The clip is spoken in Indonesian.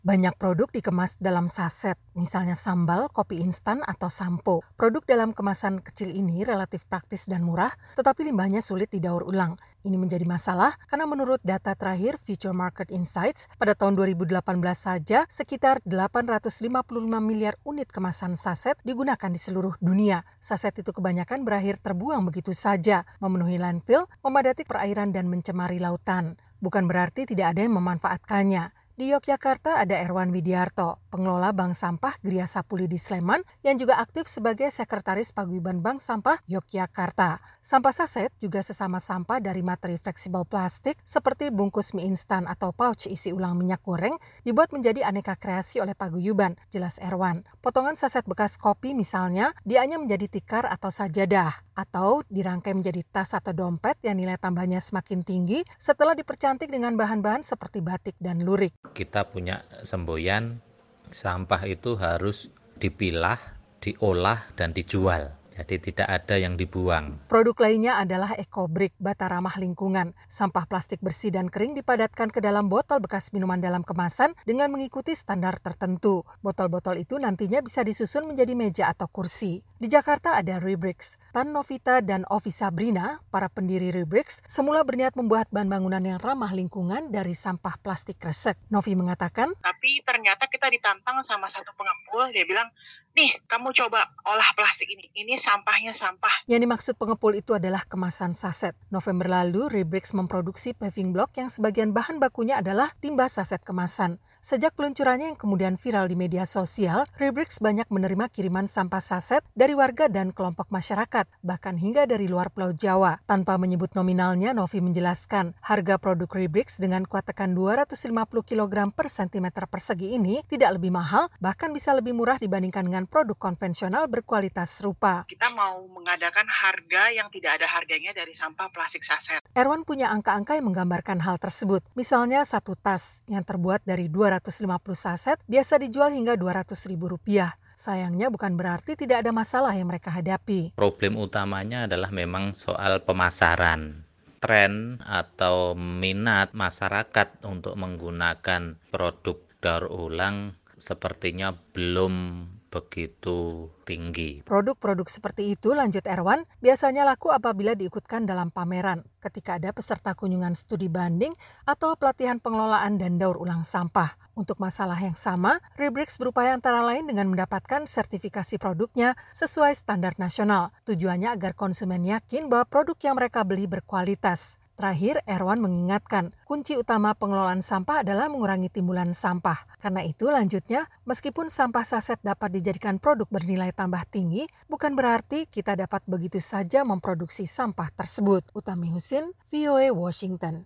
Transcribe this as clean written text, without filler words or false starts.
Banyak produk dikemas dalam saset, misalnya sambal, kopi instan, atau sampo. Produk dalam kemasan kecil ini relatif praktis dan murah, tetapi limbahnya sulit didaur ulang. Ini menjadi masalah karena menurut data terakhir Future Market Insights, pada tahun 2018 saja sekitar 855 miliar unit kemasan saset digunakan di seluruh dunia. Saset itu kebanyakan berakhir terbuang begitu saja, memenuhi landfill, memadati perairan dan mencemari lautan. Bukan berarti tidak ada yang memanfaatkannya. Di Yogyakarta ada Erwan Widiarto, pengelola Bank Sampah Gria Sapuli di Sleman, yang juga aktif sebagai Sekretaris Paguyuban Bank Sampah Yogyakarta. Sampah saset juga sesama sampah dari materi fleksibel plastik seperti bungkus mie instan atau pouch isi ulang minyak goreng dibuat menjadi aneka kreasi oleh paguyuban, jelas Erwan. Potongan saset bekas kopi misalnya, dianyam menjadi tikar atau sajadah, atau dirangkai menjadi tas atau dompet yang nilai tambahnya semakin tinggi setelah dipercantik dengan bahan-bahan seperti batik dan lurik. Kita punya semboyan, sampah itu harus dipilah, diolah, dan dijual. Jadi tidak ada yang dibuang. Produk lainnya adalah EcoBrick, bata ramah lingkungan. Sampah plastik bersih dan kering dipadatkan ke dalam botol bekas minuman dalam kemasan dengan mengikuti standar tertentu. Botol-botol itu nantinya bisa disusun menjadi meja atau kursi. Di Jakarta ada Rebrix. Tan Novita dan Ovi Sabrina, para pendiri Rebrix, semula berniat membuat bahan bangunan yang ramah lingkungan dari sampah plastik kresek. Novi mengatakan, tapi ternyata kita ditantang sama satu pengepul, dia bilang, nih kamu coba olah plastik ini sampahnya sampah. Yang dimaksud pengepul itu adalah kemasan saset. November lalu, Rebrix memproduksi paving block yang sebagian bahan bakunya adalah limbah saset kemasan. Sejak peluncurannya yang kemudian viral di media sosial, Rebrix banyak menerima kiriman sampah saset dari warga dan kelompok masyarakat, bahkan hingga dari luar Pulau Jawa. Tanpa menyebut nominalnya, Novi menjelaskan, harga produk Rebrix dengan kuat tekan 250 kg per cm persegi ini tidak lebih mahal, bahkan bisa lebih murah dibandingkan dengan produk konvensional berkualitas serupa. Kita mau mengadakan harga yang tidak ada harganya dari sampah plastik saset. Erwan punya angka-angka yang menggambarkan hal tersebut. Misalnya satu tas yang terbuat dari 250 saset biasa dijual hingga Rp200.000. Sayangnya bukan berarti tidak ada masalah yang mereka hadapi. Problem utamanya adalah memang soal pemasaran. Tren atau minat masyarakat untuk menggunakan produk daur ulang sepertinya belum begitu tinggi. Produk-produk seperti itu, lanjut Erwan, biasanya laku apabila diikutkan dalam pameran, ketika ada peserta kunjungan studi banding atau pelatihan pengelolaan dan daur ulang sampah. Untuk masalah yang sama, Rebrix berupaya antara lain dengan mendapatkan sertifikasi produknya sesuai standar nasional. Tujuannya agar konsumen yakin bahwa produk yang mereka beli berkualitas. Terakhir, Erwan mengingatkan, kunci utama pengelolaan sampah adalah mengurangi timbulan sampah. Karena itu, lanjutnya, meskipun sampah saset dapat dijadikan produk bernilai tambah tinggi, bukan berarti kita dapat begitu saja memproduksi sampah tersebut. Utami Husin, VOA Washington.